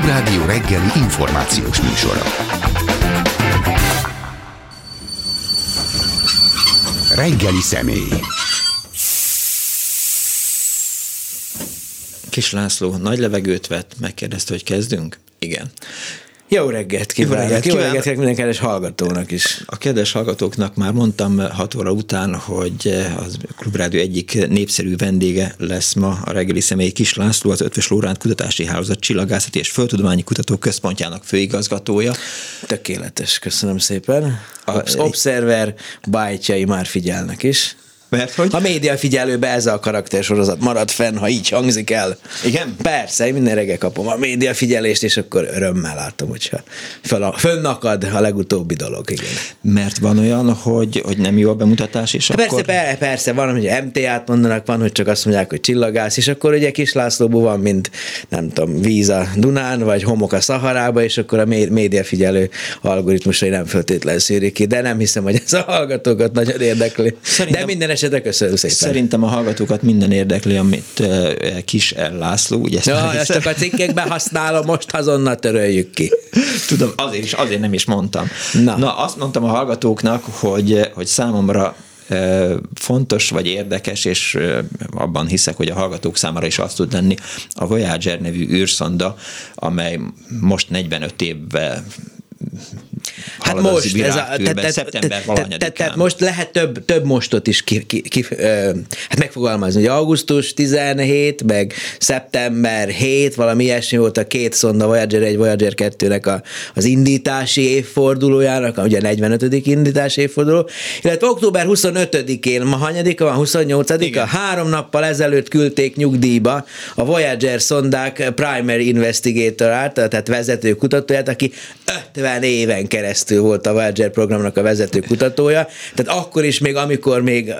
Klubrádió reggeli információs műsora. Reggeli személy. Kis László nagy levegőt vett, megkérdezte, hogy kezdünk? Igen. Jó reggelt kívánok! Jó reggelt minden kedves hallgatónak is! A kedves hallgatóknak már mondtam 6 óra után, hogy az Klubrádió egyik népszerű vendége lesz ma a reggeli személy. Kis László, az Eötvös Loránd Kutatási Hálózat Csillagászati és Földtudományi Kutatók Központjának főigazgatója. Tökéletes, köszönöm szépen. Az Observer bájtjai már figyelnek is. Mert hogy? A média figyelőben ez a karaktersorozat marad fenn, ha így hangzik el. Igen? Persze, én minden reggel kapom a média figyelést, és akkor örömmel látom, hogyha fönnakad a legutóbbi dolog. Igen. Mert van olyan, hogy nem jó a bemutatás, és persze, akkor... Persze, van, hogy MTA-t mondanak, van, hogy csak azt mondják, hogy csillagász, és akkor ugye Kis Lászlóból van, mint nem tudom, víz a Dunán, vagy homok a Szaharába, és akkor a média figyelő algoritmusai nem feltétlenül szűrik ki, de nem hiszem, hogy ez a hallgatókat nagyon érdekli. De minden esetre köszönöm szépen. Szerintem a hallgatókat minden érdekli, amit Kis László, ugye? Ja, ezt csak a cikkekben használom, most azonnal töröljük ki. Tudom, azért nem is mondtam. Na, azt mondtam a hallgatóknak, hogy számomra fontos vagy érdekes, és abban hiszek, hogy a hallgatók számára is az tud lenni, a Voyager nevű űrszonda, amely most 45 évvel hát most, szeptember valahanyadikán. Tehát most lehet több mostot is hát megfogalmazni, hogy augusztus 17, meg szeptember 7, valami ilyesmi volt a két szonda, Voyager 1, Voyager 2-nek az indítási évfordulójának, ugye 45. indítási évforduló, illetve október 25-én, ma hanyadika van, 28-a, 3 nappal ezelőtt küldték nyugdíjba a Voyager szondák Primary Investigator-át, tehát vezető kutatóját, aki 50 éven keresztül volt a Voyager programnak a vezető kutatója, tehát akkor is még, amikor még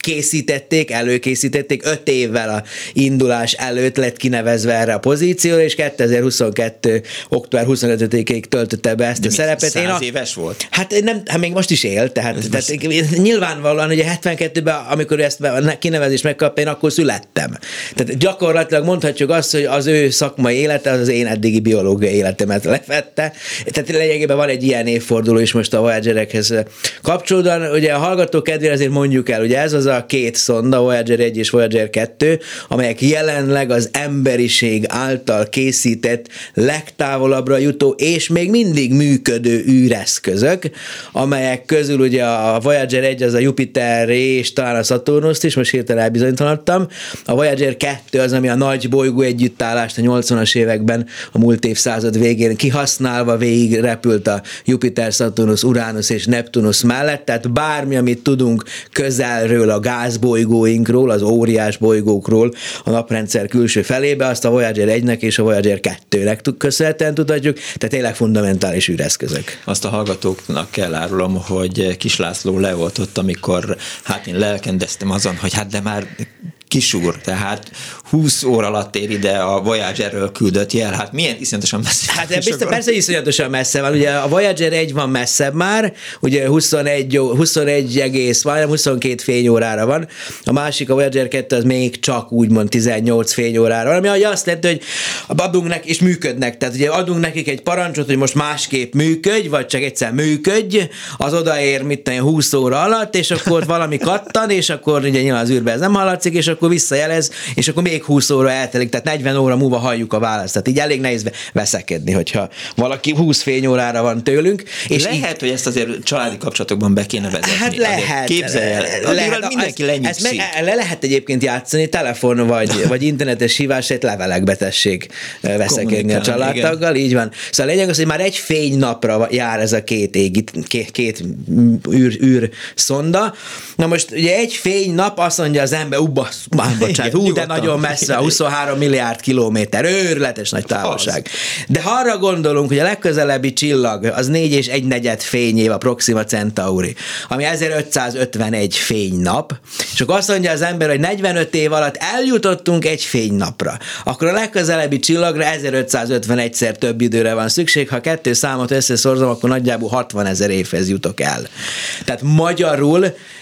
előkészítették, 5 évvel a indulás előtt lett kinevezve erre a pozícióra, és 2022. október 25-ig töltötte be ezt a szerepet. 100 éves volt? Hát még most is él, tehát nyilvánvalóan, ugye 72-ben, amikor ezt a kinevezést megkapta, én akkor születtem. Tehát gyakorlatilag mondhatjuk azt, hogy az ő szakmai élete az én eddigi biológiai életemet lefette. Tehát lényegében van egy ilyen évforduló is most a Voyagerekhez kapcsolódóan. Ugye a hallgatók kedvére azért mondjuk el, ugye ez az a két szonda, Voyager 1 és Voyager 2, amelyek jelenleg az emberiség által készített legtávolabbra jutó és még mindig működő űreszközök, amelyek közül ugye a Voyager 1 az a Jupiter és talán a Saturnust is, most hirtelen elbizonytalanodtam. A Voyager 2 az, ami a nagy bolygó együttállást a 80-as években, a múlt évszázad végén kihasználva végig repült a Jupiter, Saturnus, Uranus és Neptunus mellett, tehát bármi, amit tudunk közelről a gázbolygóinkról, az óriás bolygókról a naprendszer külső felébe, azt a Voyager 1-nek és a Voyager 2-nek köszönhetően tudhatjuk, tehát tényleg fundamentális űreszközök. Azt a hallgatóknak kell árulom, hogy Kis László leoltott, amikor én lelkendeztem azon, hogy de már kisúr, tehát 20 óra alatt ér ide a Voyagerről küldött jel, milyen iszonyatosan messze. Persze iszonyatosan messze van, ugye a Voyager 1 van messzebb már, ugye 22 fényórára van, a másik a Voyager 2 az még csak úgymond 18 fényórára van, ami azt jelenti, hogy adunk nekik és működnek, tehát ugye adunk nekik egy parancsot, hogy most másképp működj, vagy csak egyszer működj, az odaér 20 óra alatt, és akkor valami kattan, és akkor ugye nyilván az űrben ez nem hallatszik, és akkor visszajelez, és akkor még 20 óra eltelik, tehát 40 óra múlva halljuk a választ. Tehát így elég nehéz veszekedni, hogyha valaki 20 fényórára van tőlünk. És lehet, hogy ezt azért családi kapcsolatokban be kéne vezetni. Hát lehet. Képzelj el. Lehet, mindenki lenyugszik. Lehet egyébként játszani, telefon vagy internetes hívásért levelekbe tessék veszekedni a családtaggal, így van. Szóval a lényeg az, hogy már egy fénynapra jár ez a két űrszonda. Na most ugye egy fénynap azt mondja az ember, bocsánat, de nagyon messze, 23 milliárd kilométer, őrületes nagy távolság. De ha arra gondolunk, hogy a legközelebbi csillag az 4,1 fényév, a Proxima Centauri, ami 1551 fénynap, és akkor azt mondja az ember, hogy 45 év alatt eljutottunk egy fénynapra, akkor a legközelebbi csillagra 1551-szer több időre van szükség, ha 2 számot összeszorzom, akkor nagyjából 60 000 évhez jutok el. Tehát magyarul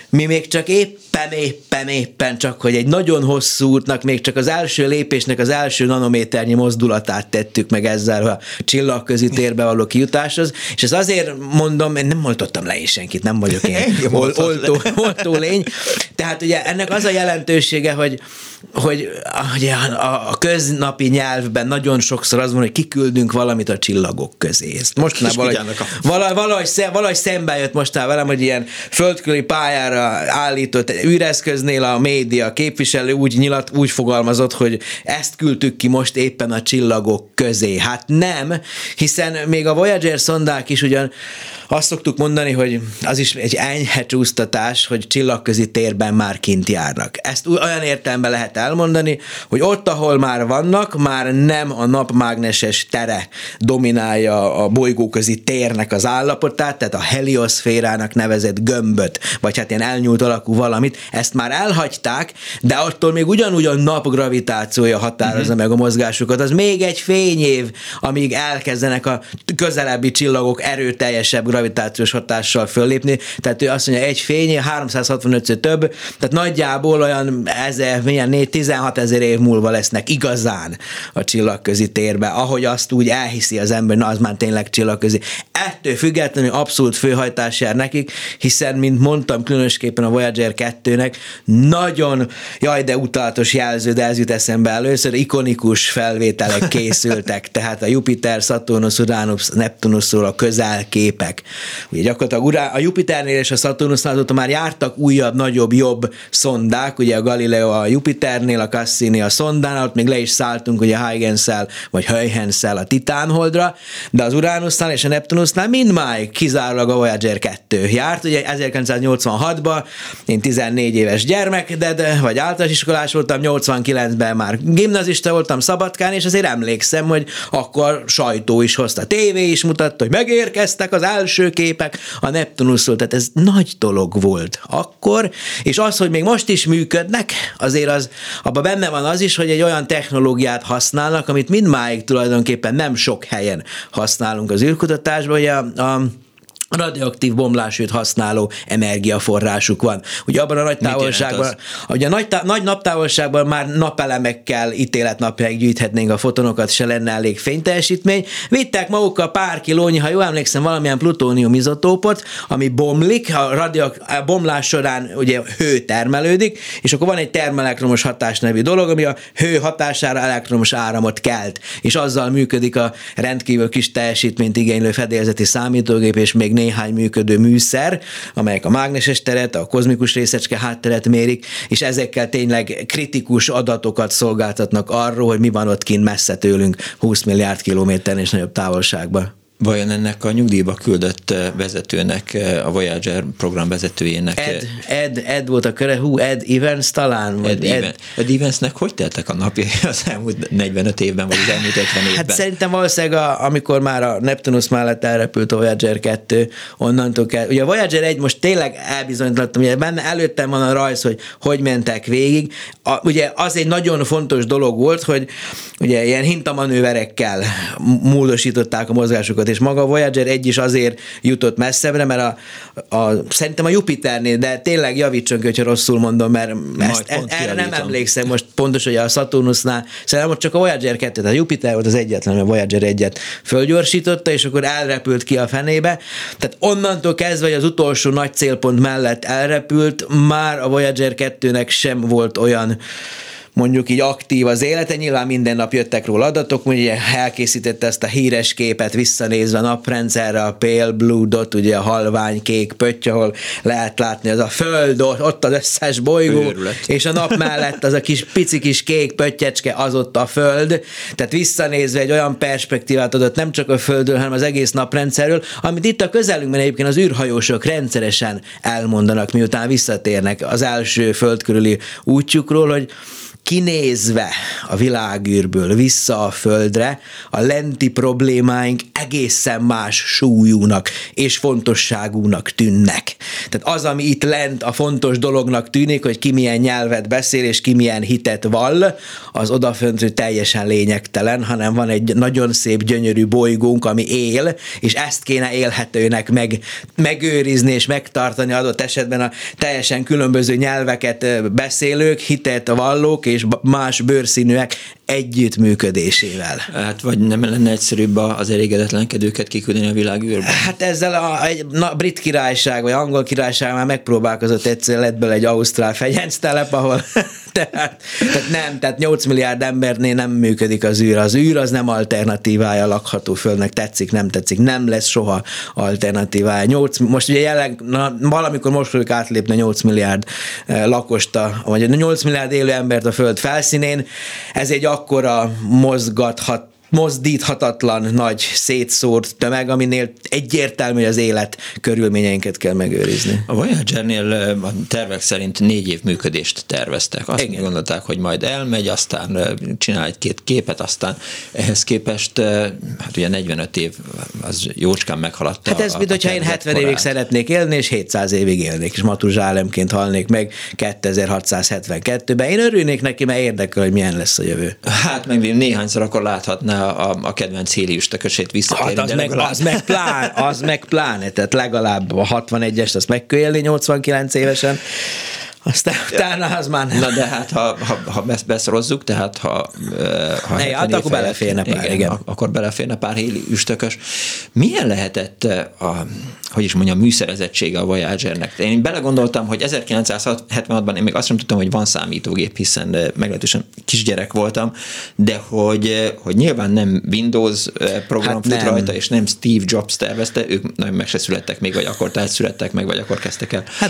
mi még csak éppen csak, hogy egy nagyon hosszú útnak még csak az első lépésnek az első nanométernyi mozdulatát tettük meg ezzel a csillagközi térbe való kijutáshoz, és ezt azért mondom, én nem oltottam le is senkit, nem vagyok én oltó lény, tehát ugye ennek az a jelentősége, hogy a köznapi nyelvben nagyon sokszor az van, hogy kiküldünk valamit a csillagok közé. Ezt mostanában valahogy szembe jött mostán velem, hogy ilyen földkörüli pályára állított űreszköznél a média képviselő úgy fogalmazott, hogy ezt küldtük ki most éppen a csillagok közé. Hát nem, hiszen még a Voyager szondák is ugyan azt szoktuk mondani, hogy az is egy enyhe csúsztatás, hogy csillagközi térben már kint járnak. Ezt olyan értelemben lehet elmondani, hogy ott, ahol már vannak, már nem a napmágneses tere dominálja a bolygóközi térnek az állapotát, tehát a helioszférának nevezett gömböt, vagy hát ilyen elnyúlt alakú valamit, ezt már elhagyták, de attól még ugyanúgy a nap gravitációja határozza meg a mozgásukat. Az még egy fényév, amíg elkezdenek a közelebbi csillagok erőteljesebb gravitációs hatással föllépni, tehát ő azt mondja, egy fényév, 365-ször több, tehát nagyjából olyan 16 000 év múlva lesznek igazán a csillagközi térbe, ahogy azt úgy elhiszi az ember, na az már tényleg csillagközi. Ettől függetlenül abszolút főhajtás jár nekik, hiszen, mint mondtam, különösképpen a Voyager 2-nek nagyon, de utatos jelző, de ez jut eszembe először, ikonikus felvételek készültek, tehát a Jupiter, Saturnus, Uranus, Neptunusról a közelképek. Ugye gyakorlatilag a Jupiternél és a Saturnusnál azóta már jártak újabb, nagyobb, jobb szondák, ugye a Galileo a Jupiternél, a Cassini a szondánál, ott még le is szálltunk ugye Huygens-szel, vagy Huygens-szel a Titánholdra, de az Uranusnál és a Neptunusnál mindmáig kizárólag a Voyager 2 járt, ugye 1986-ban, én 14 éves gyermek, vagy általános iskolás voltam, 89-ben már gimnazista voltam Szabadkán, és azért emlékszem, hogy akkor sajtó is hozta, tévé is mutatta, hogy megérkeztek az első képek a Neptunusról, tehát ez nagy dolog volt akkor, és az, hogy még most is működnek, azért abban benne van az is, hogy egy olyan technológiát használnak, amit mindmáig tulajdonképpen nem sok helyen használunk az űrkutatásban, hogy a radioaktív bomlásűt használó energiaforrásuk van. Ugye abban a nagy távolságban, ugye a nagy naptávolságban már napelemekkel, ítéletnapjáig gyűjthetnénk a fotonokat, se lenne elég fényteljesítmény. Vittek magukkal pár kilónyi, ha jól emlékszem, valamilyen plutónium izotópot, ami bomlik, a bomlás során ugye hő termelődik, és akkor van egy termelektromos hatás nevű dolog, ami a hő hatására elektromos áramot kelt, és azzal működik a rendkívül kis teljesítményt igénylő fedélzeti számítógép, és még néhány működő műszer, amelyek a mágneses teret, a kozmikus részecske hátteret mérik, és ezekkel tényleg kritikus adatokat szolgáltatnak arról, hogy mi van ott kint messze tőlünk 20 milliárd kilométeren és nagyobb távolságban. Vajon ennek a nyugdíjba küldött vezetőnek, a Voyager program vezetőjének... Ed volt a köre, Ed Evans talán? Ed Evansnek hogy teltek a napjai az elmúlt 45 évben, vagy az elmúlt 50 évben? Hát szerintem valószínűleg, amikor már a Neptunus mellett elrepült a Voyager 2, onnantól kell... Ugye a Voyager 1 most tényleg elbizonyítottam, ugye benne előttem van a rajz, hogy mentek végig. Ugye az egy nagyon fontos dolog volt, hogy ugye ilyen hintamanőverekkel módosították a mozgásokat, és maga a Voyager 1 is azért jutott messzebbre, mert szerintem a Jupiternél, de tényleg javítson ki, hogyha rosszul mondom, mert erre nem emlékszem most pontos, hogy a Saturnusnál, szerintem csak a Voyager 2, tehát a Jupiter volt az egyetlen, mert a Voyager 1-et fölgyorsította, és akkor elrepült ki a fenébe. Tehát onnantól kezdve, hogy az utolsó nagy célpont mellett elrepült, már a Voyager 2-nek sem volt olyan mondjuk így aktív az élete, nyilván minden nap jöttek róla adatok, ugye elkészítette ezt a híres képet visszanézve a naprendszerre, a pale blue dot, ugye a halvány kék pötty, ahol lehet látni az a föld, ott az összes bolygó, őrület. És a nap mellett az a pici kis kék pöttyecske, az ott a föld, tehát visszanézve egy olyan perspektívát adott nem csak a földről, hanem az egész naprendszerről, amit itt a közelünkben egyébként az űrhajósok rendszeresen elmondanak, miután visszatérnek az első föld körüli útjukról, hogy kinézve a világűrből vissza a földre, a lenti problémáink egészen más súlyúnak és fontosságúnak tűnnek. Tehát az, ami itt lent a fontos dolognak tűnik, hogy ki milyen nyelvet beszél és ki milyen hitet vall, az odaföntről teljesen lényegtelen, hanem van egy nagyon szép, gyönyörű bolygónk, ami él, és ezt kéne élhetőnek megőrizni és megtartani adott esetben a teljesen különböző nyelveket beszélők, hitet vallók és más bőrszínűek együttműködésével. Hát vagy nem lenne egyszerűbb az elégedetlenkedőket kiküldeni a világűrbe? Hát ezzel a brit királyság, vagy angol királyság már megpróbálkozott, egyszer lett belőle egy ausztrál fegyenctelep, ahol tehát 8 milliárd embernél nem működik az űr. Az űr az nem alternatívája a lakható földnek, tetszik, nem tetszik, nem lesz soha alternatívája. Most ugye valamikor most fogjuk átlépni 8 milliárd lakost, vagy 8 milliárd élő embert a föld felszínén, ez egy akkora mozdíthatatlan, nagy, szétszórt tömeg, aminél egyértelmű, hogy az élet körülményeinket kell megőrizni. A Voyager-nél a tervek szerint 4 év működést terveztek. Azt gondolták, hogy majd elmegy, aztán csinál egy-két képet, aztán ehhez képest, hát ugye 45 év az jócskán meghaladta. Hát ez mint, hogyha én 70 évig szeretnék élni, és 700 évig élnék, és Matuzsálemként halnék meg 2672-ben. Én örülnék neki, mert érdekel, hogy milyen lesz a jövő. Hát meg néhányszor akkor láthatná a kedvenc héliüstökösét visszatérni. Hát az meg pláne, tehát legalább a 61-est azt meg kell élni 89 évesen, aztán utána az már nem. Na de hát, ha beszorozzuk, tehát ha akkor beleférne pár, igen. Akkor beleférne pár héliüstökös. Milyen lehetett a műszerezettsége a Voyagernek? Én belegondoltam, hogy 1976-ban én még azt sem tudtam, hogy van számítógép, hiszen meglehetősen kisgyerek voltam, de hogy nyilván nem Windows program fut rajta, és nem Steve Jobs tervezte, ők nagyon meg se születtek még, vagy akkor tehát születtek meg, vagy akkor kezdtek el. Hát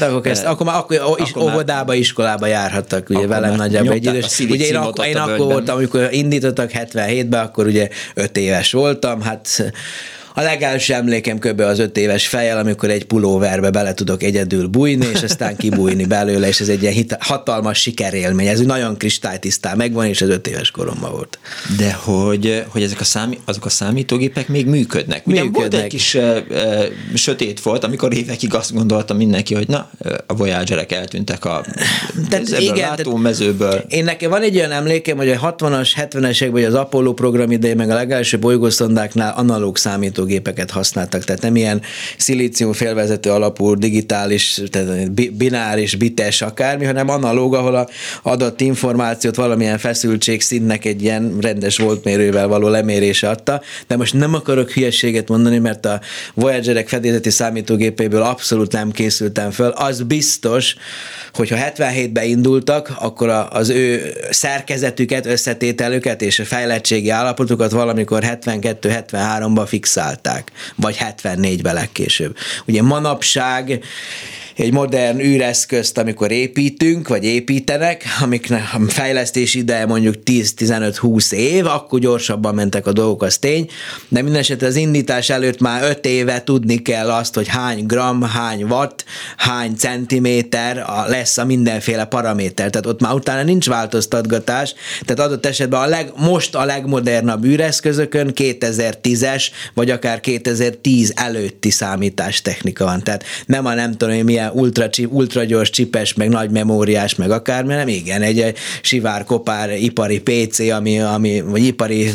akkor óvodába, iskolába járhattak, ugye velem nagyjából egy idős. Ugye én akkor voltam, amikor indítottak 77-ben, akkor ugye 5 éves voltam, hát a legelső emlékem kb. Az 5 éves fejjel, amikor egy pulóverbe bele tudok egyedül bújni, és aztán kibújni belőle, és ez egy ilyen hatalmas sikerélmény. Ez nagyon kristálytisztán megvan, és ez 5 éves koromban volt. De hogy ezek azok a számítógépek még működnek. Ugyan volt egy kis sötét volt, amikor évekig azt gondolta mindenki, hogy na, a Voyagerek eltűntek a látómezőből. Én nekem van egy olyan emlékem, hogy a 60-as, 70-es években, vagy az Apollo program idején, meg a legelső bolygószondáknál analóg számítógépeket használtak, tehát nem ilyen szilícium félvezető alapú digitális, tehát bináris, bites akármi, hanem analóg, ahol a adott információt valamilyen feszültségszínnek egy ilyen rendes voltmérővel való lemérése adta, de most nem akarok hülyeséget mondani, mert a Voyagerek fedélzeti számítógépéből abszolút nem készültem föl. Az biztos, hogyha 77-ben indultak, akkor az ő szerkezetüket, összetételüket és a fejlettségi állapotukat valamikor 72-73-ban fixálták, vagy 74-ben legkésőbb. Ugye manapság egy modern űreszközt, amikor építünk, vagy építenek, amiknek a fejlesztési ideje mondjuk 10-15-20 év, akkor gyorsabban mentek a dolgok, az tény, de mindenesetre az indítás előtt már 5 éve tudni kell azt, hogy hány gram, hány watt, hány centiméter lesz a mindenféle paraméter. Tehát ott már utána nincs változtatgatás, tehát adott esetben most a legmodernabb űreszközökön 2010-es, vagy akár 2010 előtti számítástechnika van. Tehát nem tudom, hogy milyen ultragyors, csipes, meg nagy memóriás, meg akármi, nem igen, egy sivár-kopár ipari PC, vagy ipari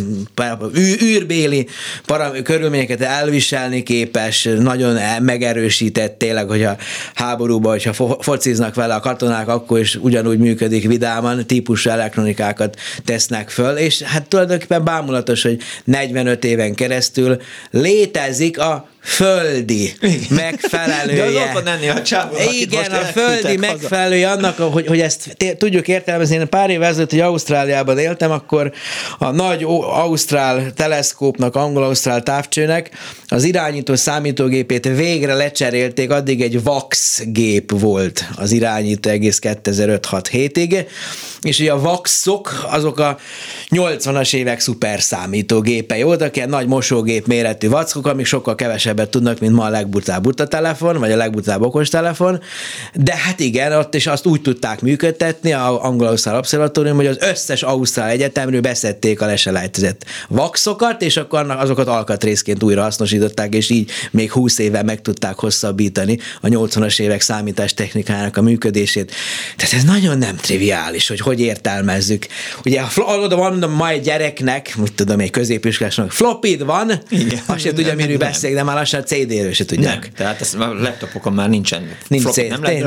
űrbéli körülményeket elviselni képes, nagyon megerősített tényleg, hogy a háborúban, hogyha fociznak vele a katonák, akkor is ugyanúgy működik vidáman, típusú elektronikákat tesznek föl, és hát tulajdonképpen bámulatos, hogy 45 éven keresztül létezik a földi megfelelője. Igen, a földi megfelelője annak, hogy ezt tudjuk értelmezni. Én pár évvel ezelőtt, hogy Ausztráliában éltem, akkor a nagy ausztrál teleszkópnak, angol-ausztrál távcsőnek az irányító számítógépét végre lecserélték, addig egy VAX gép volt az irányító egész 2005-6-7-ig, és ugye a VAX-ok azok a 80-as évek szuper számítógépei voltak, ilyen nagy mosógép méretű vackok, amik sokkal kevesebb kevesebbet tudnak, mint ma a legbutább telefon, vagy a legbutább okostelefon, de hát igen, ott is azt úgy tudták működtetni, a Anglo-Ausztrál Obszervatórium, hogy az összes ausztrál egyetemről beszedték a leselejtezett vaxokat, és akkor azokat alkatrészként újra hasznosították, és így még 20 éve meg tudták hosszabbítani a 80-as évek számítástechnikának a működését. Tehát ez nagyon nem triviális, hogy értelmezzük. Ugye oda van ma egy gyereknek, úgy tudom, egy középiskolásnak flopid van, igen, azt sem tudja, miről beszél, de már lassan CD-ről se tudják. Nem, tehát ez a laptopokon már nincsen. Nincs CD,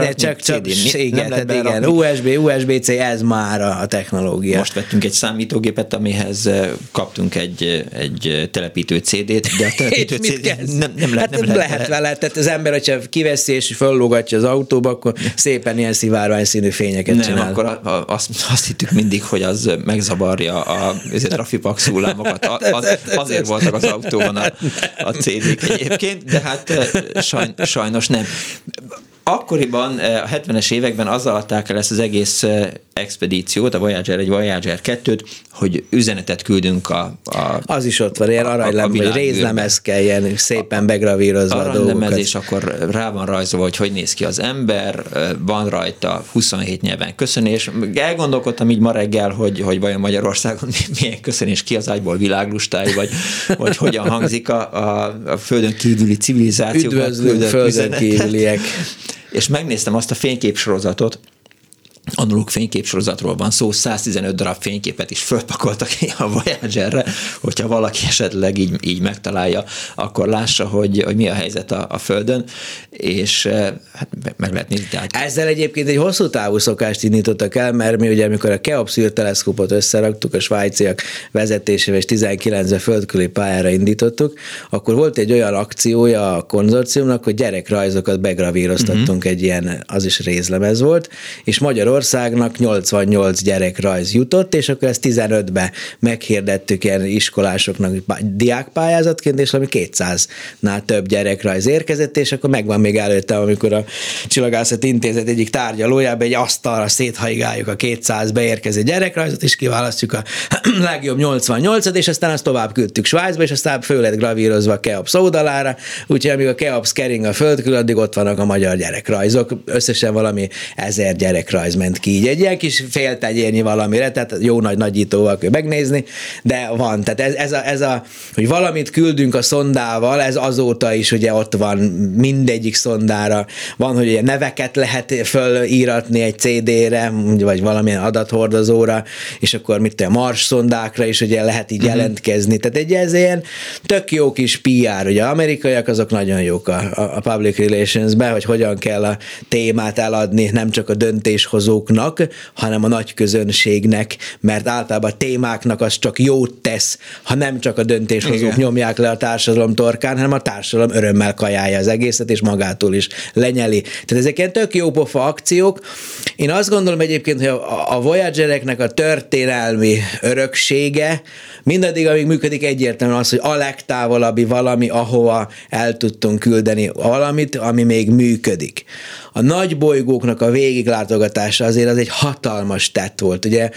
igen, USB-C, ez már a technológia. Most vettünk egy számítógépet, amihez kaptunk egy telepítő CD-t, de a telepítő CD nem lehet vele, tehát az ember, hogyha kiveszi és föllógatja az autóba, akkor szépen ilyen szivárvány színű fényeket csinál. Akkor azt hittük mindig, hogy az megzavarja a trafipax hullámokat. Azért voltak az autóban a CD-k egyébként, de hát sajnos nem. Akkoriban, a 70-es években azzal adták el ezt az egész expedíciót, a Voyager 1, Voyager 2-t, hogy üzenetet küldünk az is ott van, ilyen aranylemez, vagy rézlemezkel, ilyen szépen begravírozva a dolgokat. És akkor rá van rajzolva, hogy néz ki az ember, van rajta 27 nyelven köszönés. Elgondolkodtam így ma reggel, hogy vajon Magyarországon milyen köszönés, ki az ágyból világlustály, vagy hogyan hangzik a földön kívüli civilizációknak. Üdvözlünk földön kívüliek. És megnéztem azt a fényképsorozatot, analóg fényképsorozatról van szó, 115 darab fényképet is fölpakoltak a Voyagerre, hogyha valaki esetleg így megtalálja, akkor lássa, hogy mi a helyzet a Földön, és hát meg lehet nézni. Ezzel egyébként egy hosszú távú szokást indítottak el, mert mi ugye, amikor a Keops űrteleszkópot összeraktuk, a svájciak vezetésével, és 19-ben földkörüli pályára indítottuk, akkor volt egy olyan akciója a konzorciumnak, hogy gyerekrajzokat begravíroztattunk egy ilyen, az is rézlemez volt, és Magyarországnak 88 gyerekrajz jutott, és akkor ezt 15-be meghirdettük ilyen iskolásoknak diákpályázatként, és ami 200-nál több gyerekrajz érkezett, és akkor megvan még előttem, amikor a Csillagászati Intézet egyik tárgyalójában egy asztalra széthajgáljuk a 200 beérkező gyerekrajzot, és kiválasztjuk a legjobb 88-at, és aztán azt tovább küldtük Svájcba, és aztán föl lett gravírozva a Keops oldalára, úgyhogy amíg a Keops kering a föld körül, addig ott vannak a magyar gyerekrajzok, összesen valami 1000 gyerekrajz ment ki, így egy ilyen kis féltegyérnyi valamire, tehát jó nagy nagyítóval kell megnézni, de van, tehát ez a hogy valamit küldünk a szondával, ez azóta is ugye ott van mindegyik szondára, van, hogy ugye neveket lehet fölíratni egy CD-re, vagy valamilyen adathordozóra, és akkor a Mars szondákra is ugye lehet így jelentkezni, tehát ez ilyen tök jó kis PR, ugye amerikaiak azok nagyon jók a public relations-ben, hogy hogyan kell a témát eladni, nem csak a döntéshozóknak, hanem a nagy közönségnek, mert általában a témáknak az csak jót tesz, ha nem csak a döntéshozók nyomják le a társadalom torkán, hanem a társadalom örömmel kajálja az egészet, és magától is lenyeli. Tehát ezek ilyen tök jó pofa akciók. Én azt gondolom egyébként, hogy a Voyagereknek a történelmi öröksége mindaddig, amíg működik, egyértelműen az, hogy a legtávolabbi valami, ahova el tudtunk küldeni valamit, ami még működik. A nagy bolygóknak a végiglátogatása azért az egy hatalmas tett volt, ugye.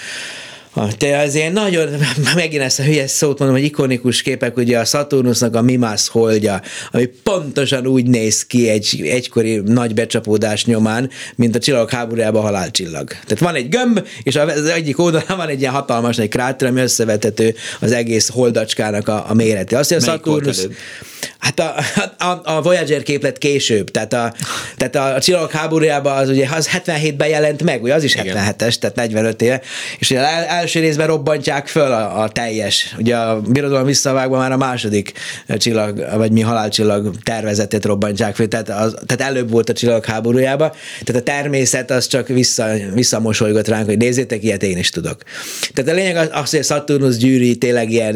Azért nagyon, megint ezt a hülyes szót mondom, hogy ikonikus képek, ugye a Saturnusnak a Mimas holdja, ami pontosan úgy néz ki egy egykori nagy becsapódás nyomán, mint a Csillagok háborújában a halálcsillag. Tehát van egy gömb, és az egyik oldalán van egy ilyen hatalmas nagy kráter, ami összevethető az egész holdacskának a mérete. Azt, hogy a Saturnus... Hát a Voyager képlet később, tehát a Csillagok háborújában az ugye az 77-ben jelent meg, ugye az is 77-es, tehát 45 éve, és ugye első részben robbantják föl a teljes, ugye a Birodalom visszavágban már a második csillag, vagy mi halálcsillag tervezetét robbantják föl, tehát előbb volt a Csillagok háborújában, tehát a természet az csak visszamosolygott ránk, hogy nézzétek, ilyet én is tudok. Tehát a lényeg az, hogy a Saturnus gyűrűi tényleg ilyen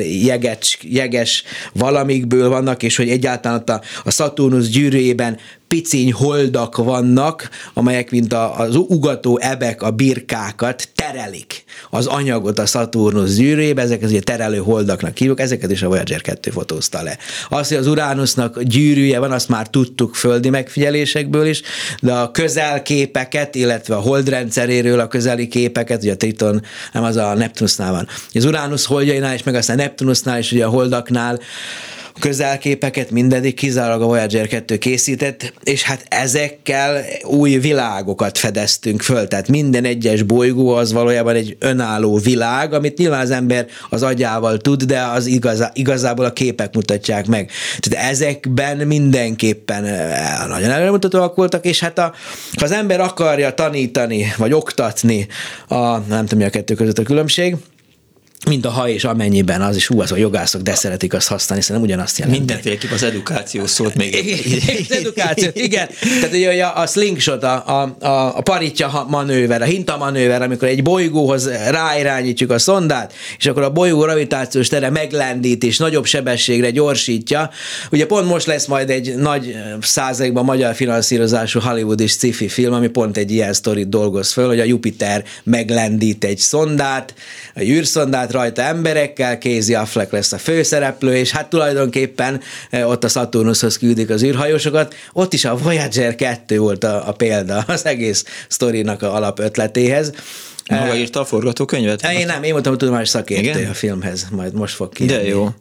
jeges valamikből vannak, és hogy egyáltalán a Saturnus gyűrűjében piciny holdak vannak, amelyek mint az ugató ebek a birkákat terelik az anyagot a Saturnus gyűrűjébe, ezek az ugye terelő holdaknak hívjuk, ezeket is a Voyager 2 fotózta le. Az, hogy az Uranusnak gyűrűje van, azt már tudtuk földi megfigyelésekből is, de a közelképeket, illetve a holdrendszeréről a közeli képeket, ugye a Triton, nem az a Neptunusnál van. Az Uranus holdjainál is, meg aztán Neptunusnál is, ugye a holdaknál, közelképeket, mindedig kizárólag a Voyager 2 készített, és hát ezekkel új világokat fedeztünk föl, tehát minden egyes bolygó az valójában egy önálló világ, amit nyilván az ember az agyával tud, de az igazából a képek mutatják meg. Tehát ezekben mindenképpen nagyon előmutatóak voltak, és hát ha az ember akarja tanítani, vagy oktatni, nem tudom, mi a kettő között a különbség, mint a ha és amennyiben, az is az a jogászok, de szeretik azt használni, szerintem ugyanazt jelenti. Mindenféleképp az edukáció szólt még. Az edukáció, igen. Tehát ugye a slingshot, a paritja manőver, a hintamanőver, amikor egy bolygóhoz ráirányítjuk a szondát, és akkor a bolygó gravitációs tere meglendít, és nagyobb sebességre gyorsítja. Ugye pont most lesz majd egy nagy százalékban magyar finanszírozású hollywoodi sci-fi film, ami pont egy ilyen sztorit dolgoz föl, hogy a Jupiter meglendít egy szondát, egy űrszondát, rajta emberekkel, Casey Affleck lesz a főszereplő, és hát tulajdonképpen ott a Saturnushoz küldik az űrhajósokat, ott is a Voyager 2 volt a példa az egész sztorinak a alapötletéhez. Maga írta a forgatókönyvet? Én voltam a tudományos szakértő a filmhez, majd most fog kijönni. De jó.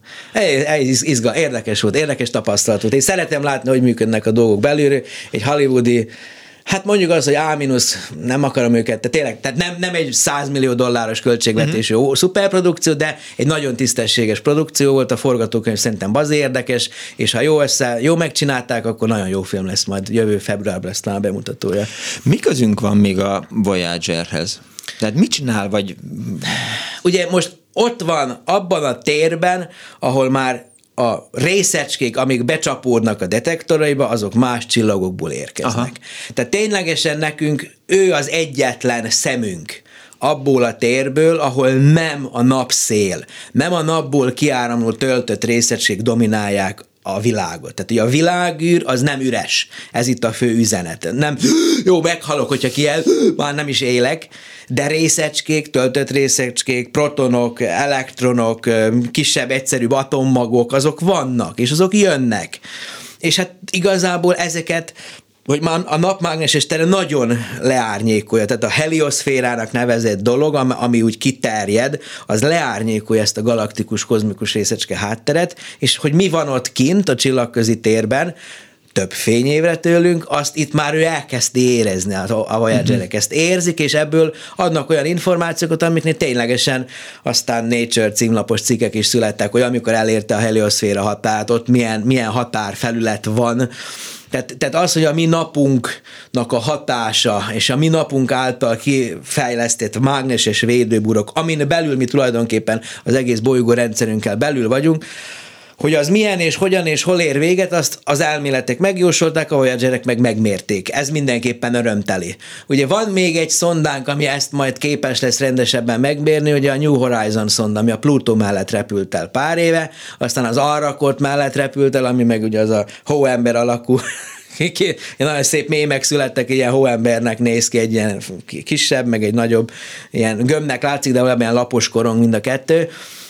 Érdekes volt, érdekes tapasztalat volt. Én szeretem látni, hogy működnek a dolgok belülről, egy hollywoodi, hát mondjuk az, hogy A- nem akarom őket, tehát nem egy $100 millió költségvetésű szuperprodukció, de egy nagyon tisztességes produkció volt, a forgatókönyv szerintem bazi érdekes, és ha jó megcsinálták, akkor nagyon jó film lesz, majd jövő februárban lesz talán a bemutatója. Mi közünk van még a Voyagerhez? Tehát mit csinál, vagy... Ugye most ott van abban a térben, ahol már a részecskék, amik becsapódnak a detektoraiba, azok más csillagokból érkeznek. Aha. Tehát ténylegesen nekünk ő az egyetlen szemünk abból a térből, ahol nem a napszél, nem a napból kiáramló töltött részecskék dominálják a világot. Tehát ugye a világűr az nem üres. Ez itt a fő üzenet. Nem, jó, meghalok, hogyha már nem is élek, de részecskék, töltött részecskék, protonok, elektronok, kisebb, egyszerűbb atommagok, azok vannak, és azok jönnek. És hát igazából ezeket, hogy már a napmágneses tere nagyon leárnyékolja, tehát a helioszférának nevezett dolog, ami úgy kiterjed, az leárnyékolja ezt a galaktikus, kozmikus részecske hátteret, és hogy mi van ott kint a csillagközi térben, több fényévre tőlünk, azt itt már ő elkezdi érezni, a Voyagerek ezt érzik, és ebből adnak olyan információkat, amiknél ténylegesen aztán Nature címlapos cikkek is születtek, hogy amikor elérte a helioszféra határt, ott milyen határfelület van. Tehát az, hogy a mi napunknak a hatása, és a mi napunk által kifejlesztett mágneses védőburok, amin belül mi tulajdonképpen az egész bolygórendszerünkkel belül vagyunk, hogy az milyen és hogyan és hol ér véget, azt az elméletek megjósolták, a Voyagerek meg megmérték. Ez mindenképpen örömteli. Ugye van még egy szondánk, ami ezt majd képes lesz rendesebben megmérni, ugye a New Horizon szonda, ami a Plutó mellett repült el pár éve, aztán az Arrakot mellett repült el, ami meg ugye az a hóember alakú, nagyon szép mémek születtek, ilyen hóembernek néz ki, egy ilyen kisebb, meg egy nagyobb, ilyen gömbnek látszik, de valami ilyen lapos korong mind a kettő.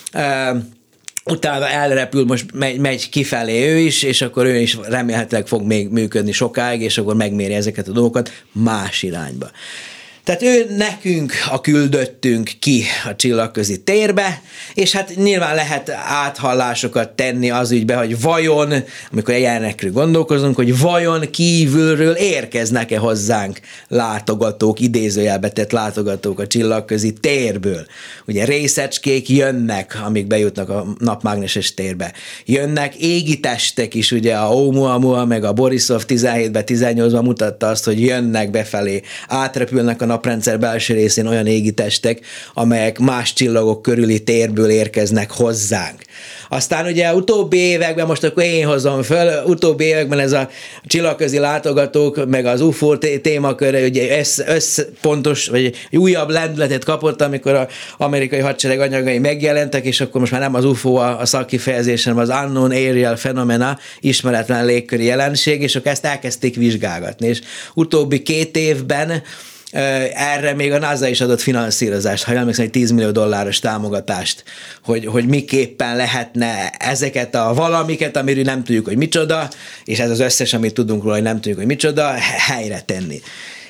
Utána elrepül, most megy kifelé ő is, és akkor ő is remélhetőleg fog még működni sokáig, és akkor megméri ezeket a dolgokat más irányba. Tehát ő nekünk a küldöttünk ki a csillagközi térbe, és hát nyilván lehet áthallásokat tenni az ügybe, hogy vajon, amikor ilyenekről gondolkozunk, hogy vajon kívülről érkeznek-e hozzánk látogatók, idézőjelbe tett látogatók a csillagközi térből. Ugye részecskék jönnek, amik bejutnak a napmágneses térbe. Jönnek égi testek is, ugye a Oumuamua meg a Borisov 17-ben, 18-ban mutatta azt, hogy jönnek befelé, átrepülnek a naprendszer belső részén olyan égitestek, amelyek más csillagok körüli térből érkeznek hozzánk. Aztán ugye utóbbi években, most akkor én hozom föl, utóbbi években ez a csillagközi látogatók, meg az UFO témaköre, ugye pontos, vagy újabb lendületet kapott, amikor az amerikai hadsereg anyagai megjelentek, és akkor most már nem az UFO a szakkifejezés, hanem az Unknown Aerial Phenomena, ismeretlen légköri jelenség, és akkor ezt elkezdték vizsgálgatni. És utóbbi 2 évben erre még a NASA is adott finanszírozást, ha emlékszem, egy $10 millió támogatást, hogy miképpen lehetne ezeket a valamiket, amiről nem tudjuk, hogy micsoda, és ez az összes, amit tudunk róla, hogy nem tudjuk, hogy micsoda, helyre tenni.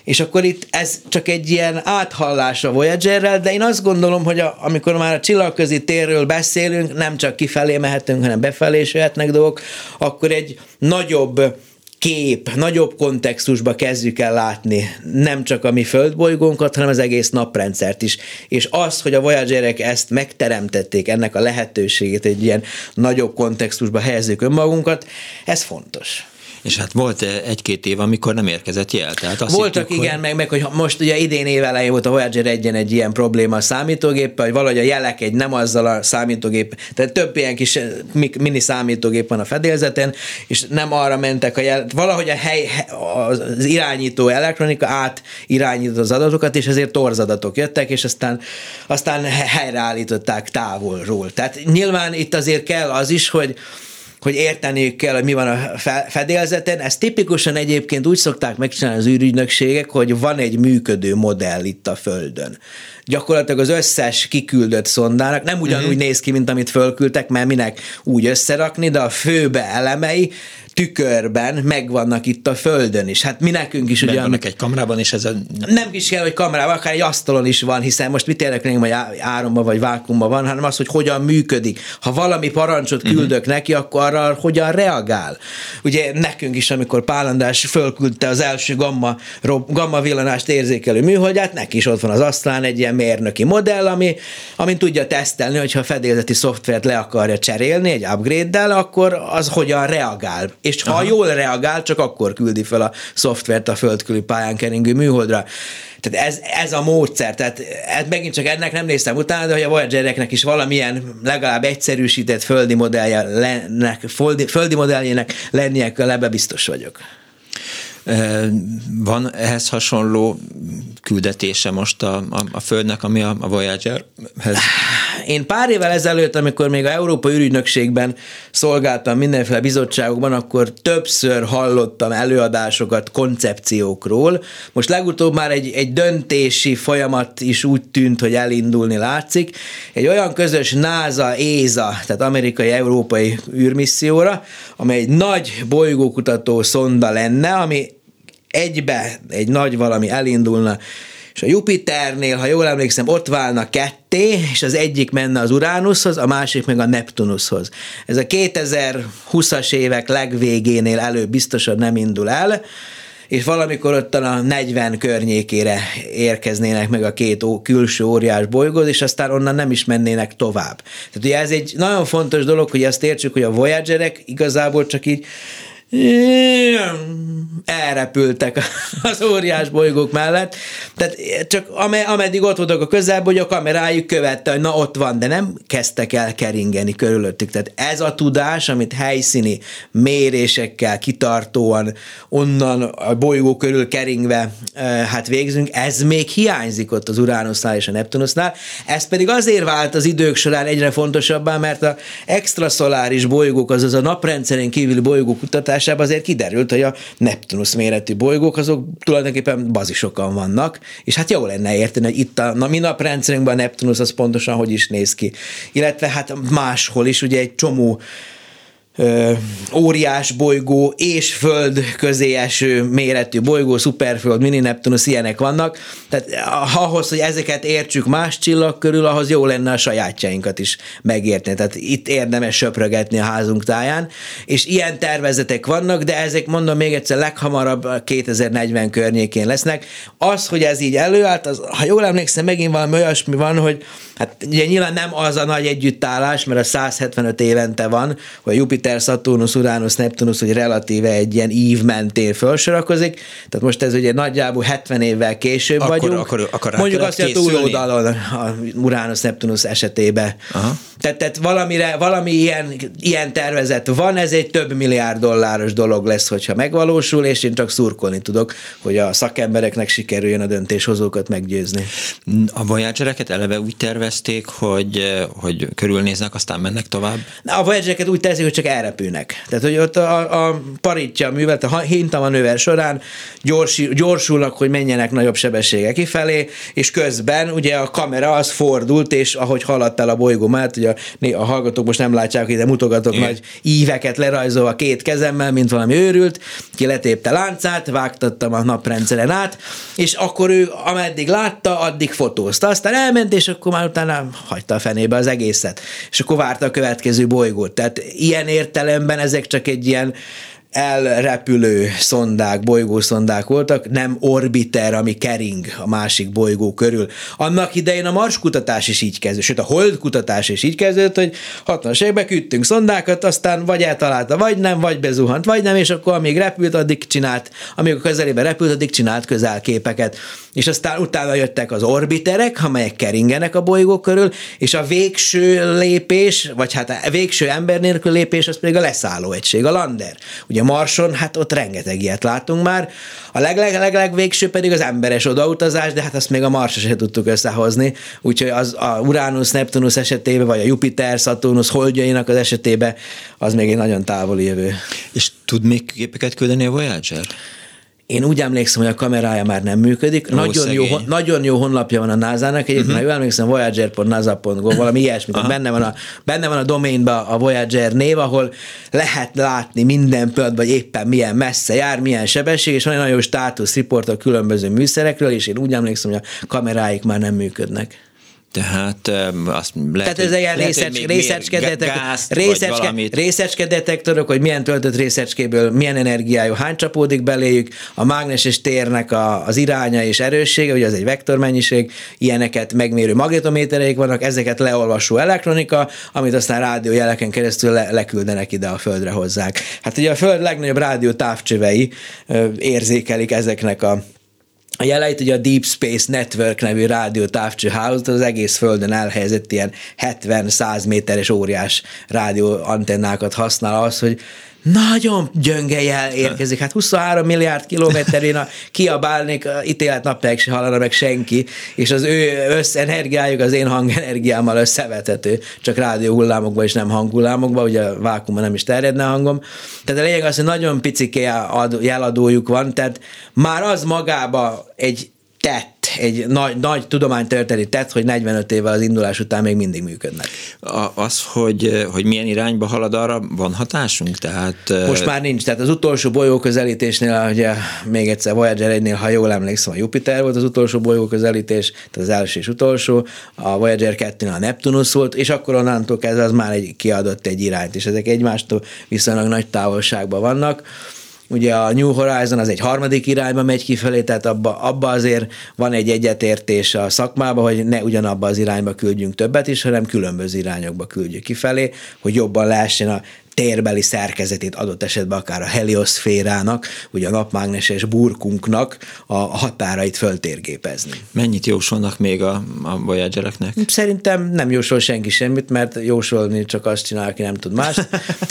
És akkor itt ez csak egy ilyen áthallás a Voyagerrel, de én azt gondolom, hogy amikor már a csillagközi térről beszélünk, nem csak kifelé mehetünk, hanem befelé is jöhetnek dolgok, akkor egy nagyobb kép, nagyobb kontextusba kezdjük el látni nem csak a mi földbolygónkat, hanem az egész naprendszert is. És az, hogy a Voyagerek ezt megteremtették, ennek a lehetőségét, egy ilyen nagyobb kontextusba helyezzük önmagunkat, ez fontos. És hát volt 1-2 év, amikor nem érkezett jel. Tehát azt voltak, hittük, igen, meg hogy most ugye idén év elején volt a Voyager 1-en egy ilyen probléma a számítógéppel, hogy valahogy a jelek nem azzal a számítógép, tehát több ilyen kis mini számítógép van a fedélzeten, és nem arra mentek a jelek, valahogy az irányító elektronika átirányított az adatokat, és ezért torzadatok jöttek, és aztán helyreállították távolról. Tehát nyilván itt azért kell az is, hogy érteniük kell, hogy mi van a fedélzeten. Ezt tipikusan egyébként úgy szokták megcsinálni az űrügynökségek, hogy van egy működő modell itt a Földön. Gyakorlatilag az összes kiküldött szondának nem ugyanúgy néz ki, mint amit fölküldtek, mert minek úgy összerakni, de a főbe elemei tükörben megvannak itt a Földön is. Hát mi nekünk is ugye... Megvannak egy kamrában, és ez a... Nem is kell, hogy kamerában, akár egy asztalon is van, hiszen most mit érdekelnénk, hogy áramban vagy vákuumban van, hanem az, hogy hogyan működik. Ha valami parancsot küldök neki, akkor arra hogyan reagál. Ugye nekünk is, amikor Pál András fölküldte az első gamma villanást érzékelő műholdját, neki is ott van az asztalán egy ilyen mérnöki modell, amin tudja tesztelni, hogyha a fedélzeti szoftvert le akarja cserélni egy upgrade-del, akkor az hogyan reagál. És ha jól reagál, csak akkor küldi fel a szoftvert a földkörüli pályán keringő műholdra. Tehát ez a módszer. Tehát megint csak ennek nem néztem utána, de hogy a Voyagereknek is valamilyen legalább egyszerűsített földi modelljének lennie kell, ebbe biztos vagyok. Van ehhez hasonló küldetése most a Földnek, ami a Voyagerhez? Én pár évvel ezelőtt, amikor még a Európai űrügynökségben szolgáltam mindenféle bizottságokban, akkor többször hallottam előadásokat koncepciókról. Most legutóbb már egy döntési folyamat is úgy tűnt, hogy elindulni látszik. Egy olyan közös NASA-ESA, tehát amerikai-európai űrmisszióra, amely egy nagy bolygókutató szonda lenne, ami egybe egy nagy valami elindulna, és a Jupiternél, ha jól emlékszem, ott válna ketté, és az egyik menne az Uránuszhoz, a másik meg a Neptunuszhoz. Ez a 2020-as évek legvégénél előbb biztosan nem indul el, és valamikor ott a 40 környékére érkeznének meg a két külső óriás bolygóz, és aztán onnan nem is mennének tovább. Tehát ugye ez egy nagyon fontos dolog, hogy ezt értsük, hogy a Voyagerek igazából csak így elrepültek az óriás bolygók mellett, tehát csak ameddig ott voltak a közelben, hogy a kamerájuk követte, hogy na ott van, de nem kezdtek el keringeni körülöttük. Tehát ez a tudás, amit helyszíni mérésekkel kitartóan onnan a bolygó körül keringve hát végzünk, ez még hiányzik ott az Uránusznál és a Neptunusnál. Ez pedig azért vált az idők során egyre fontosabbá, mert a extraszoláris bolygók, azaz a naprendszeren kívüli bolygók kutatásában azért kiderült, hogy a Neptunusz méretű bolygók azok tulajdonképpen bazisokan vannak, és hát jó lenne érteni, hogy itt a mi naprendszerünkben a Neptunusz az pontosan hogy is néz ki. Illetve hát máshol is ugye egy csomó óriás bolygó és Föld közé eső méretű bolygó, szuperföld, mini Neptunusz, ilyenek vannak. Tehát ahhoz, hogy ezeket értsük más csillag körül, ahhoz jó lenne a sajátjainkat is megérteni. Tehát itt érdemes söprögetni a házunk táján, és ilyen tervezetek vannak, de ezek, mondom még egyszer, leghamarabb 2040 környékén lesznek. Az, hogy ez így előállt, az, ha jól emlékszem, megint valami olyasmi van, hogy hát ugye nyilván nem az a nagy együttállás, mert a 175 évente van, hogy a Jupiter, Saturnus, Uranus, Neptunus, hogy relatíve egy ilyen ív mentén felsorakozik, tehát most ez ugye nagyjából 70 évvel később vagyunk. Akkor mondjuk azt, hogy a túloldalon a Uranus, Neptunus esetében. Tehát valami ilyen tervezet van, ez egy több milliárd dolláros dolog lesz, hogyha megvalósul, és én csak szurkolni tudok, hogy a szakembereknek sikerüljön a döntéshozókat meggyőzni. A Voyagereket eleve úgy tervezték, hogy körülnéznek, aztán mennek tovább? A Voyagereket úgy tervezik, hogy csak elrepülnek. Tehát, hogy ott a paritja művelet, a hintamanőver során gyorsulnak, hogy menjenek nagyobb sebességek kifelé, és közben ugye a kamera az fordult, és ahogy haladt el a bolygó, mert ugye a hallgatók most nem látják, ide mutogatok nagy íveket lerajzolva két kezemmel, mint valami őrült, ki letépte láncát, vágtattam a naprendszeren át, és akkor ő ameddig látta, addig fotózta. Aztán elment, és akkor már utána hagyta a fenébe az egészet. És akkor várta a következő bolygót. Tehát ilyen értelemben ezek csak egy ilyen elrepülő szondák, bolygószondák voltak, nem orbiter, ami kering a másik bolygó körül. Annak idején a Mars kutatás is így kezdődött, sőt a Hold kutatás is így kezdődött, hogy 60-as években küldtünk szondákat, aztán vagy eltalálta, vagy nem, vagy bezuhant, vagy nem, és akkor amíg repült, addig csinált, amíg a közelében repült, addig csinált közelképeket. És aztán utána jöttek az orbiterek, amelyek keringenek a bolygó körül, és a végső lépés, vagy hát a végső ember nélkül lépés, az pedig a leszálló egység, a lander. Ugye Marson, hát ott rengeteg ilyet látunk már. A legvégső pedig az emberes odautazás, de hát azt még a Marsra se tudtuk összehozni, úgyhogy az a Uranus, Neptunus esetében, vagy a Jupiter, Saturnus holdjainak az esetében, az még egy nagyon távoli jövő. És tud még képeket küldeni a Voyager? Én úgy emlékszem, hogy a kamerája már nem működik. Nagyon jó honlapja van a NASA-nak, egyébként jól emlékszem, voyager.nasa.gov, valami ilyesmit, benne van a domainban a Voyager név, ahol lehet látni minden pillanatban, hogy éppen milyen messze jár, milyen sebesség, és van egy nagyon jó státuszriport a különböző műszerekről, és én úgy emlékszem, hogy a kameráik már nem működnek. Tehát azt lehet, tehát ez ilyen részecskedetektorok, hogy milyen töltött részecskéből milyen energiájú, hány csapódik beléjük, a mágneses térnek az iránya és erőssége, ugye az egy vektormennyiség, ilyeneket megmérő magnetométereik vannak, ezeket leolvasó elektronika, amit aztán rádiójeleken keresztül leküldenek ide a Földre hozzák. Hát ugye a Föld legnagyobb rádió távcsövei érzékelik ezeknek a jeleit, ugye a Deep Space Network nevű rádió távcsőhálózat az egész Földön elhelyezett ilyen 70-100 méteres óriás rádió antennákat használ az, hogy nagyon gyönge jel érkezik. Hát 23 milliárd kilométerén kiabálnék, ítélet napjáig se hallana meg senki, és az ő összenergiájuk az én hangenergiámmal összevethető, csak rádió hullámokban és nem hanghullámokban, ugye a vákuumban nem is terjedne a hangom. Tehát a lényeg az, hogy nagyon picike jeladójuk van, tehát már az magába egy tett, egy nagy tudománytörténeti tett, hogy 45 évvel az indulás után még mindig működnek. Az, hogy milyen irányba halad, arra van hatásunk? Tehát, most már nincs. Tehát az utolsó bolygóközelítésnél, ugye még egyszer Voyager 1-nél, ha jól emlékszem, a Jupiter volt az utolsó bolygóközelítés, tehát az első és utolsó, a Voyager 2-nél a Neptunus volt, és akkor onnantól kezdve az már kiadott egy irányt, és ezek egymástól viszonylag nagy távolságban vannak. Ugye a New Horizon az egy harmadik irányba megy kifelé, tehát abba azért van egy egyetértés a szakmában, hogy ne ugyanabba az irányba küldjünk többet is, hanem különböző irányokba küldjük kifelé, hogy jobban lehessen a térbeli szerkezetét, adott esetben akár a helioszférának, ugye a napmágneses burkunknak a határait föltérképezni. Mennyit jósolnak még a Voyagereknek? Szerintem nem jósol senki semmit, mert jósolni csak azt csinál, aki nem tud más.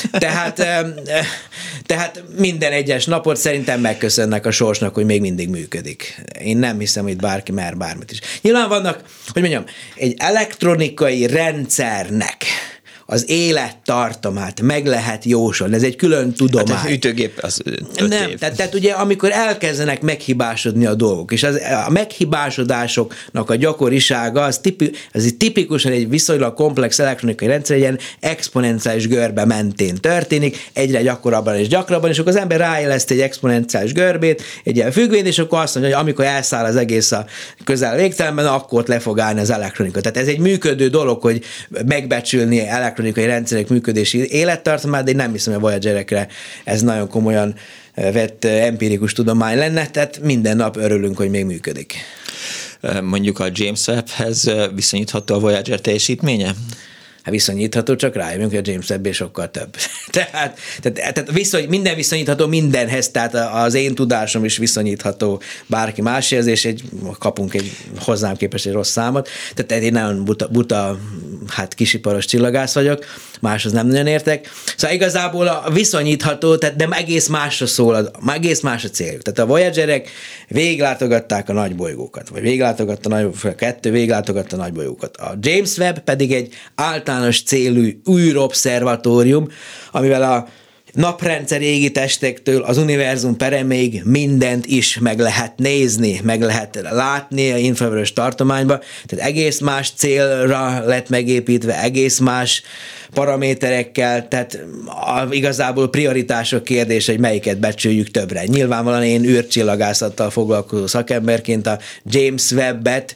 Tehát minden egyes napot szerintem megköszönnek a sorsnak, hogy még mindig működik. Én nem hiszem, hogy bárki mer bármit is. Nyilván vannak, hogy mondjam, egy elektronikai rendszernek az élettartamát meg lehet jósolni. Ez egy külön tudomány. Hát az ütőgép az 5 nem, év. Tehát ugye amikor elkezdenek meghibásodni a dolgok, és a meghibásodásoknak a gyakorisága az tipikusan egy viszonylag komplex elektronikai rendszer, egy ilyen exponenciális görbe mentén történik, egyre gyakorabban és gyakrabban, és akkor az ember ráéleszt egy exponenciális görbét, egy ilyen függvényt, és akkor azt mondja, hogy amikor elszáll az egész a közel végtelenben, akkor ott le fog állni az elektronika. Tehát ez egy működő dolog, hogy megbecsülni elektronikai rendszerek működési élettartamát, de én nem hiszem, hogy a Voyagerekre ez nagyon komolyan vett empirikus tudomány lenne, tehát minden nap örülünk, hogy még működik. Mondjuk a James Webb-hez viszonyítható a Voyager teljesítménye? Hát viszonyítható, csak rájövünk, hogy a James Webb sokkal több. tehát minden viszonyítható mindenhez, tehát az én tudásom is viszonyítható bárki máshoz, és kapunk egy hozzám képest egy rossz számot. Tehát egy nagyon buta hát kisiparos csillagász vagyok, máshoz nem nagyon értek. Szóval igazából viszonyítható, tehát de egész másra szól, egész más a céljuk. Tehát a Voyagerek végiglátogatták a nagybolygókat, vagy végiglátogatta a nagybolygókat. A James Webb pedig egy általános célú űrobszervatórium, amivel a naprendszer égitestektől az univerzum pereméig mindent is meg lehet nézni, meg lehet látni a infravörös tartományba, tehát egész más célra lett megépítve, egész más paraméterekkel, tehát igazából prioritások kérdése, hogy melyiket becsüljük többre. Nyilvánvalóan én űrcsillagászattal foglalkozó szakemberként a James Webb-et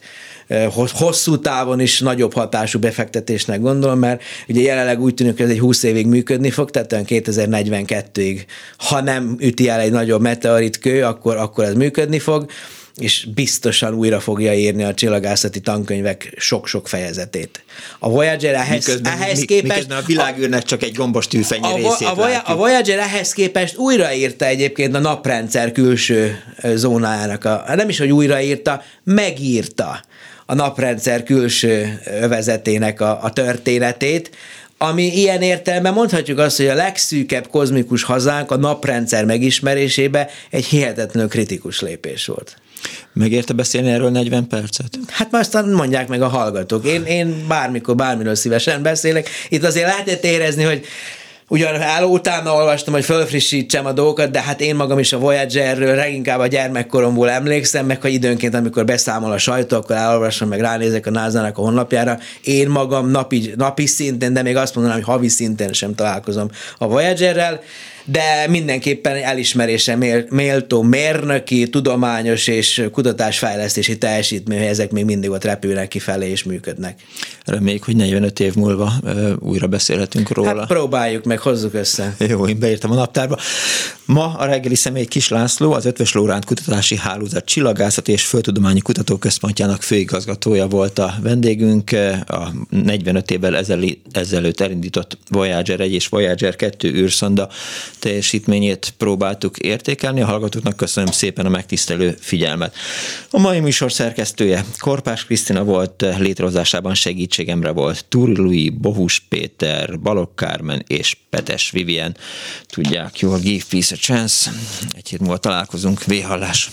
hosszú távon is nagyobb hatású befektetésnek gondolom, mert ugye jelenleg úgy tűnik, hogy ez egy 20 évig működni fog, tehát olyan 2042-ig, ha nem üti el egy nagyobb meteoritkő, akkor ez működni fog, és biztosan újra fogja írni a csillagászati tankönyvek sok-sok fejezetét. A Voyager ehhez képest... Miközben a világűrnek csak egy gombos tűfenyő részét a Voyager ehhez képest újraírta egyébként a naprendszer külső zónájának, nem is, hogy újraírta, megírta a naprendszer külső övezetének a történetét, ami ilyen értelemben mondhatjuk azt, hogy a legszűkebb kozmikus hazánk a naprendszer megismerésébe egy hihetetlenül kritikus lépés volt. Megérte beszélni erről 40 percet? Hát már aztán mondják meg a hallgatók. Én bármiről szívesen beszélek. Itt azért lehetett érezni, hogy ugyan utána olvastam, hogy fölfrissítsem a dolgokat, de hát én magam is a Voyagerről leginkább a gyermekkoromból emlékszem, meg ha időnként, amikor beszámol a sajtó, akkor elolvasom, meg ránézek a NASA-nak a honlapjára. Én magam napi szinten, de még azt mondanám, hogy havi szinten sem találkozom a Voyagerrel, de mindenképpen elismerésre méltó mérnöki, tudományos és kutatásfejlesztési teljesítmény, hogy ezek még mindig ott repülnek kifelé és működnek. Reméljük, hogy 45 év múlva újra beszélhetünk róla. Hát próbáljuk meg, hozzuk össze. Jó, én beírtam a naptárba. Ma a reggeli személy Kis László, az Eötvös Loránd Kutatási Hálózat Csillagászati és Földtudományi Kutatóközpontjának főigazgatója volt a vendégünk. A 45 évvel ezelőtt elindított Voyager 1 és Voyager 2 űrszonda teljesítményét próbáltuk értékelni. A hallgatóknak köszönöm szépen a megtisztelő figyelmet. A mai műsor szerkesztője Korpás Krisztina volt, létrehozásában segítségemre volt Túri Louis, Bohus Péter, Balogh Kármen és Petes Vivien. Tudják, you'll give peace a chance. Egy hét múlva találkozunk. Véhallás.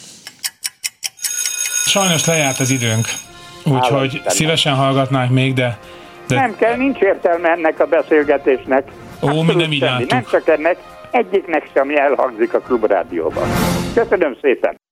Sajnos lejárt az időnk, úgyhogy szívesen hallgatnánk még, de... Nem kell, nincs értelme ennek a beszélgetésnek. Ó, mi nem így láttuk. Nem csak ennek, egyiknek sem elhangzik a Klubrádióban. Köszönöm szépen!